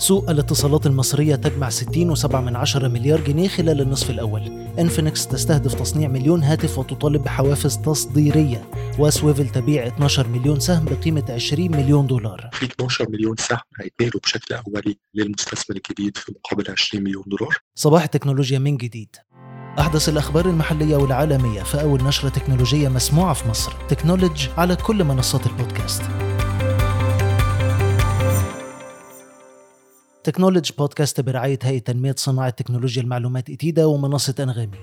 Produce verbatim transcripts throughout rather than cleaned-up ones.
سوق الاتصالات المصرية تجمع ستين وسبعة من عشرة مليار جنيه خلال النصف الأول. إنفينكس تستهدف تصنيع مليون هاتف وتطالب بحوافز تصديرية، وسويفل تبيع اثنا عشر مليون سهم بقيمة عشرين مليون دولار. في اثنا عشر مليون سهم هيتنقلوا بشكل أولي للمستثمر الجديد في مقابل عشرين مليون دولار. صباح التكنولوجيا من جديد. أحدث الأخبار المحلية والعالمية في أول نشرة تكنولوجية مسموعة في مصر. تكنولوجي على كل منصات البودكاست. تكنولوجي بودكاست برعاية هيئة تنمية صناعة تكنولوجيا المعلومات إتيدا ومنصة أنغامي.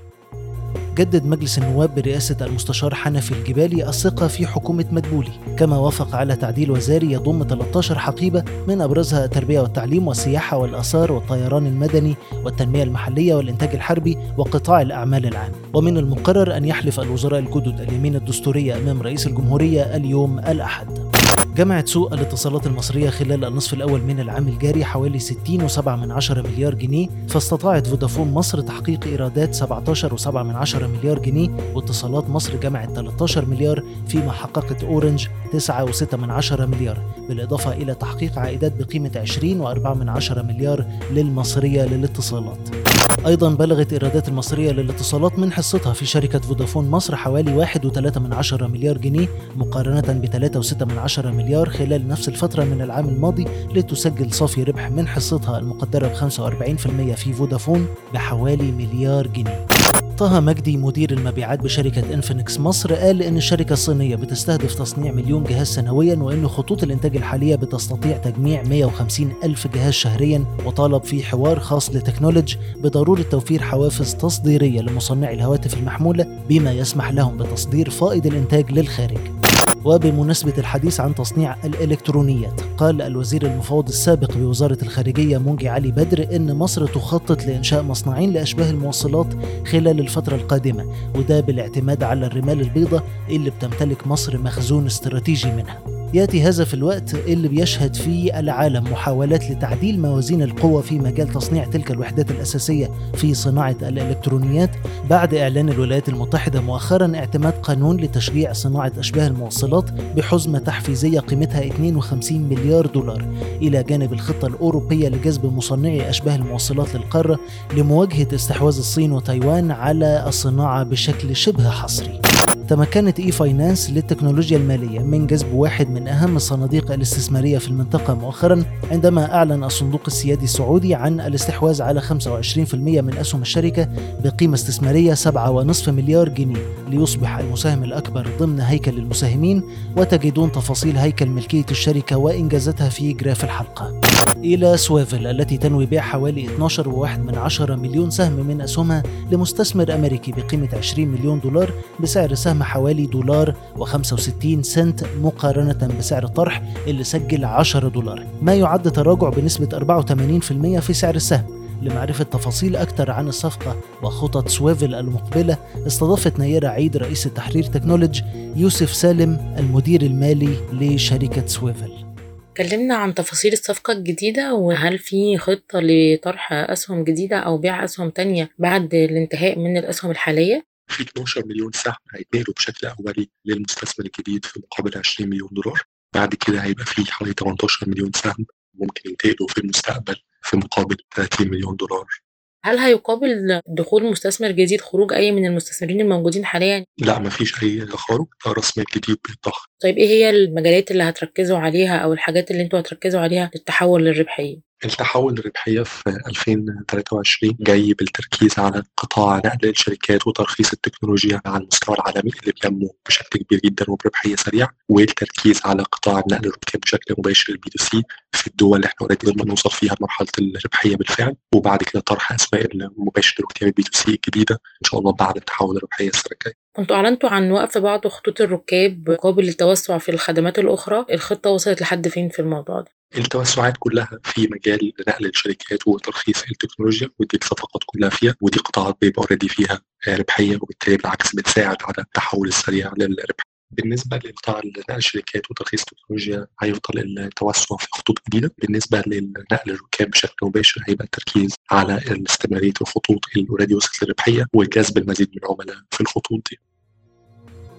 جدد مجلس النواب برئاسة المستشار حنفي الجبالي الثقة في حكومة مدبولي، كما وافق على تعديل وزاري يضم ثلاثة عشر حقيبة من أبرزها التربية والتعليم والسياحة والآثار والطيران المدني والتنمية المحلية والإنتاج الحربي وقطاع الأعمال العام. ومن المقرر أن يحلف الوزراء الجدد اليمين الدستورية أمام رئيس الجمهورية اليوم الأحد. جمعت سوق الاتصالات المصرية خلال النصف الأول من العام الجاري حوالي ستين وسبعة من عشرة مليار جنيه، فاستطاعت فودافون مصر تحقيق إيرادات سبعة عشر وسبعة من عشرة مليار جنيه، واتصالات مصر جمعت ثلاثة عشر مليار، فيما حققت أورنج تسعة وستة من عشرة مليار، بالإضافة إلى تحقيق عائدات بقيمة عشرين وأربعة من عشرة مليار للمصرية للاتصالات. أيضا بلغت إيرادات المصرية للاتصالات من حصتها في شركة فودافون مصر حوالي واحد وثلاثة من عشرة مليار جنيه، مقارنة ب ثلاثة وستة من عشرة مليار خلال نفس الفترة من العام الماضي، لتسجل صافي ربح من حصتها المقدرة ب خمسة وأربعين بالمئة في فودافون بحوالي مليار جنيه. طه مجدي مدير المبيعات بشركة إنفينكس مصر قال إن الشركة الصينية بتستهدف تصنيع مليون جهاز سنويا، وإن خطوط الإنتاج الحالية بتستطيع تجميع مئة وخمسين ألف جهاز شهريا، وطالب في حوار خاص لتكنولوجي بضرورة توفير حوافز تصديرية لمصنعي الهواتف المحمولة بما يسمح لهم بتصدير فائض الإنتاج للخارج. وبمناسبة الحديث عن تصنيع الإلكترونيات، قال الوزير المفوض السابق بوزارة الخارجية منجي علي بدر إن مصر تخطط لإنشاء مصنعين لأشباه الموصلات خلال الفترة القادمة، وده بالاعتماد على الرمال البيضاء اللي بتمتلك مصر مخزون استراتيجي منها. يأتي هذا في الوقت اللي بيشهد فيه العالم محاولات لتعديل موازين القوى في مجال تصنيع تلك الوحدات الأساسية في صناعة الإلكترونيات، بعد إعلان الولايات المتحدة مؤخرا اعتماد قانون لتشجيع صناعة أشباه الموصلات بحزمة تحفيزية قيمتها اثنين وخمسين مليار دولار، إلى جانب الخطة الأوروبية لجذب مصنعي أشباه الموصلات للقارة لمواجهة استحواذ الصين وتايوان على الصناعة بشكل شبه حصري. تمكنت إي فاينانس للتكنولوجيا المالية من جذب واحد من أهم الصناديق الاستثمارية في المنطقة مؤخرا، عندما أعلن الصندوق السيادي السعودي عن الاستحواذ على خمسة وعشرين بالمئة من أسهم الشركة بقيمة استثمارية سبعة فاصلة خمسة مليار جنيه، ليصبح المساهم الأكبر ضمن هيكل المساهمين. وتجدون تفاصيل هيكل ملكية الشركة وإنجازاتها في جراف الحلقة. إلى سويفل التي تنوي بيع حوالي اثنا عشر فاصلة واحد من عشرة مليون سهم من أسهمها لمستثمر أمريكي بقيمة عشرين مليون دولار بسعر سهم حوالي دولار وخمسة وستين سنت، مقارنة بسعر الطرح اللي سجل عشرة دولار، ما يعد تراجع بنسبة أربعة وثمانين بالمئة في سعر السهم. لمعرفة تفاصيل أكثر عن الصفقة وخطط سويفل المقبلة، استضافت نيرة عيد رئيس تحرير تكنولوجي يوسف سالم المدير المالي لشركة سويفل. كلمنا عن تفاصيل الصفقة الجديدة، وهل في خطة لطرح أسهم جديدة أو بيع أسهم تانية بعد الانتهاء من الأسهم الحالية؟ في اثنا عشر مليون سهم هيتنقلوا بشكل أولي للمستثمر الجديد في مقابل عشرين مليون دولار. بعد كده هيبقى في حوالي ثمانية عشر مليون سهم ممكن ينتقلوا في المستقبل في مقابل ثلاثين مليون دولار. هل هيقابل دخول مستثمر جديد خروج أي من المستثمرين الموجودين حاليا؟ لا، مفيش أي خروج، راس مال جديد بيتضخ. طيب إيه هي المجالات اللي هتركزوا عليها أو الحاجات اللي انتوا هتركزوا عليها للتحول للربحية؟ التحول للربحية في ألفين وثلاثة وعشرين جاي بالتركيز على قطاع نقل الشركات وترخيص التكنولوجيا على المستوى العالمي اللي بينمو بشكل كبير جدا وبربحية سريعة، والتركيز على قطاع نقل الركاب بشكل مباشر البي تو سي في الدول اللي احنا اوريدي قدرنا نوصل فيها لمرحلة الربحية بالفعل، وبعد كده طرح أسواق المباشر للركاب البي تو سي الجديدة إن شاء الله بعد التحول للربحية السنة الجاية. كنتوا أعلنتوا عن وقف بعض خطوط الركاب مقابل التوسع في الخدمات الأخرى، الخطة وصلت لحد فين في الموضوع ده؟ التوسعات كلها في مجال نقل الشركات وترخيص التكنولوجيا، ودي الصفقات كلها فيها، ودي قطاعات بيبقى اوريدي فيها ربحيه، وبالتالي بالعكس بتساعد على التحول السريع للربح. بالنسبه لقطاع نقل الشركات وترخيص التكنولوجيا هيفضل التوسع في خطوط جديده. بالنسبه لنقل الركاب بشكل مباشر هيبقى التركيز على استمراريه الخطوط اللي اوريدي وصلت للربحيه وجذب المزيد من العملاء في الخطوط دي.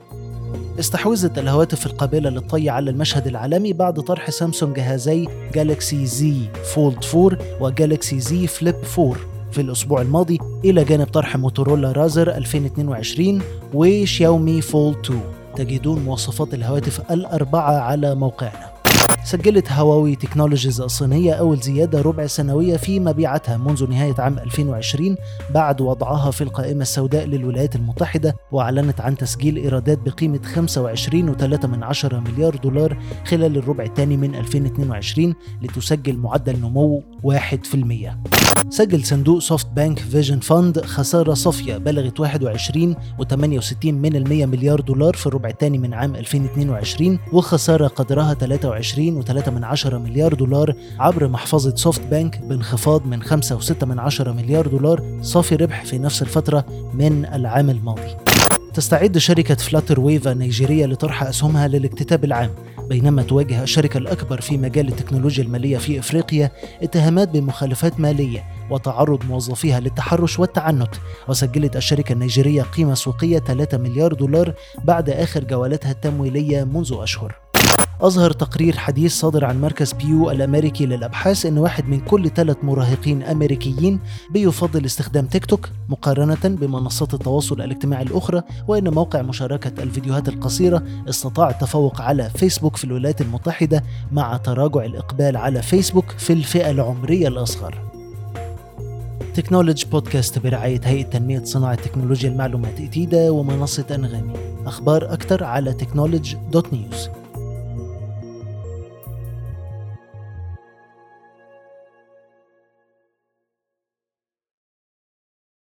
استحوذت الهواتف القابلة للطي على المشهد العالمي بعد طرح سامسونج جهازي جالكسي زي فولد فور وجالكسي زي فليب فور في الأسبوع الماضي، إلى جانب طرح موتورولا رازر ألفين واثنين وعشرين وشاومي فولد تو. تجدون مواصفات الهواتف الأربعة على موقعنا. سجلت هواوي تكنولوجيز الصينية أول زيادة ربع سنوية في مبيعاتها منذ نهاية عام ألفين وعشرين بعد وضعها في القائمة السوداء للولايات المتحدة، وأعلنت عن تسجيل إيرادات بقيمة خمسة وعشرين فاصلة ثلاثة مليار دولار خلال الربع الثاني من ألفين واثنين وعشرين لتسجل معدل نمو واحد بالمئة. سجل صندوق سوفت بانك فيجن فاند خسارة صافية بلغت واحد وعشرين فاصلة ثمانية وستين مليار دولار في الربع الثاني من عام ألفين واثنين وعشرين، وخسارة قدرها ثلاثة وعشرين فاصلة ثلاثة مليار دولار عبر محفظة سوفت بانك بانخفاض من خمسة فاصلة ستة مليار دولار صافي ربح في نفس الفترة من العام الماضي. تستعد شركة فلاتر ويف النيجيرية لطرح أسهمها للاكتتاب العام، بينما تواجه الشركة الأكبر في مجال التكنولوجيا المالية في إفريقيا اتهامات بمخالفات مالية وتعرض موظفيها للتحرش والتعنت. وسجلت الشركة النيجيرية قيمة سوقية ثلاثة مليار دولار بعد آخر جولاتها التمويلية منذ أشهر. أظهر تقرير حديث صادر عن مركز بيو الأمريكي للأبحاث أن واحد من كل ثلاث مراهقين أمريكيين بيفضل استخدام تيك توك مقارنة بمنصات التواصل الاجتماعي الأخرى، وأن موقع مشاركة الفيديوهات القصيرة استطاع التفوق على فيسبوك في الولايات المتحدة مع تراجع الإقبال على فيسبوك في الفئة العمرية الأصغر. تكنولوجي بودكاست برعاية هيئة تنمية صناعة تكنولوجيا المعلومات إتيدا ومنصة أنغامي. أخبار أكثر على تكنولوجي دوت نيوز.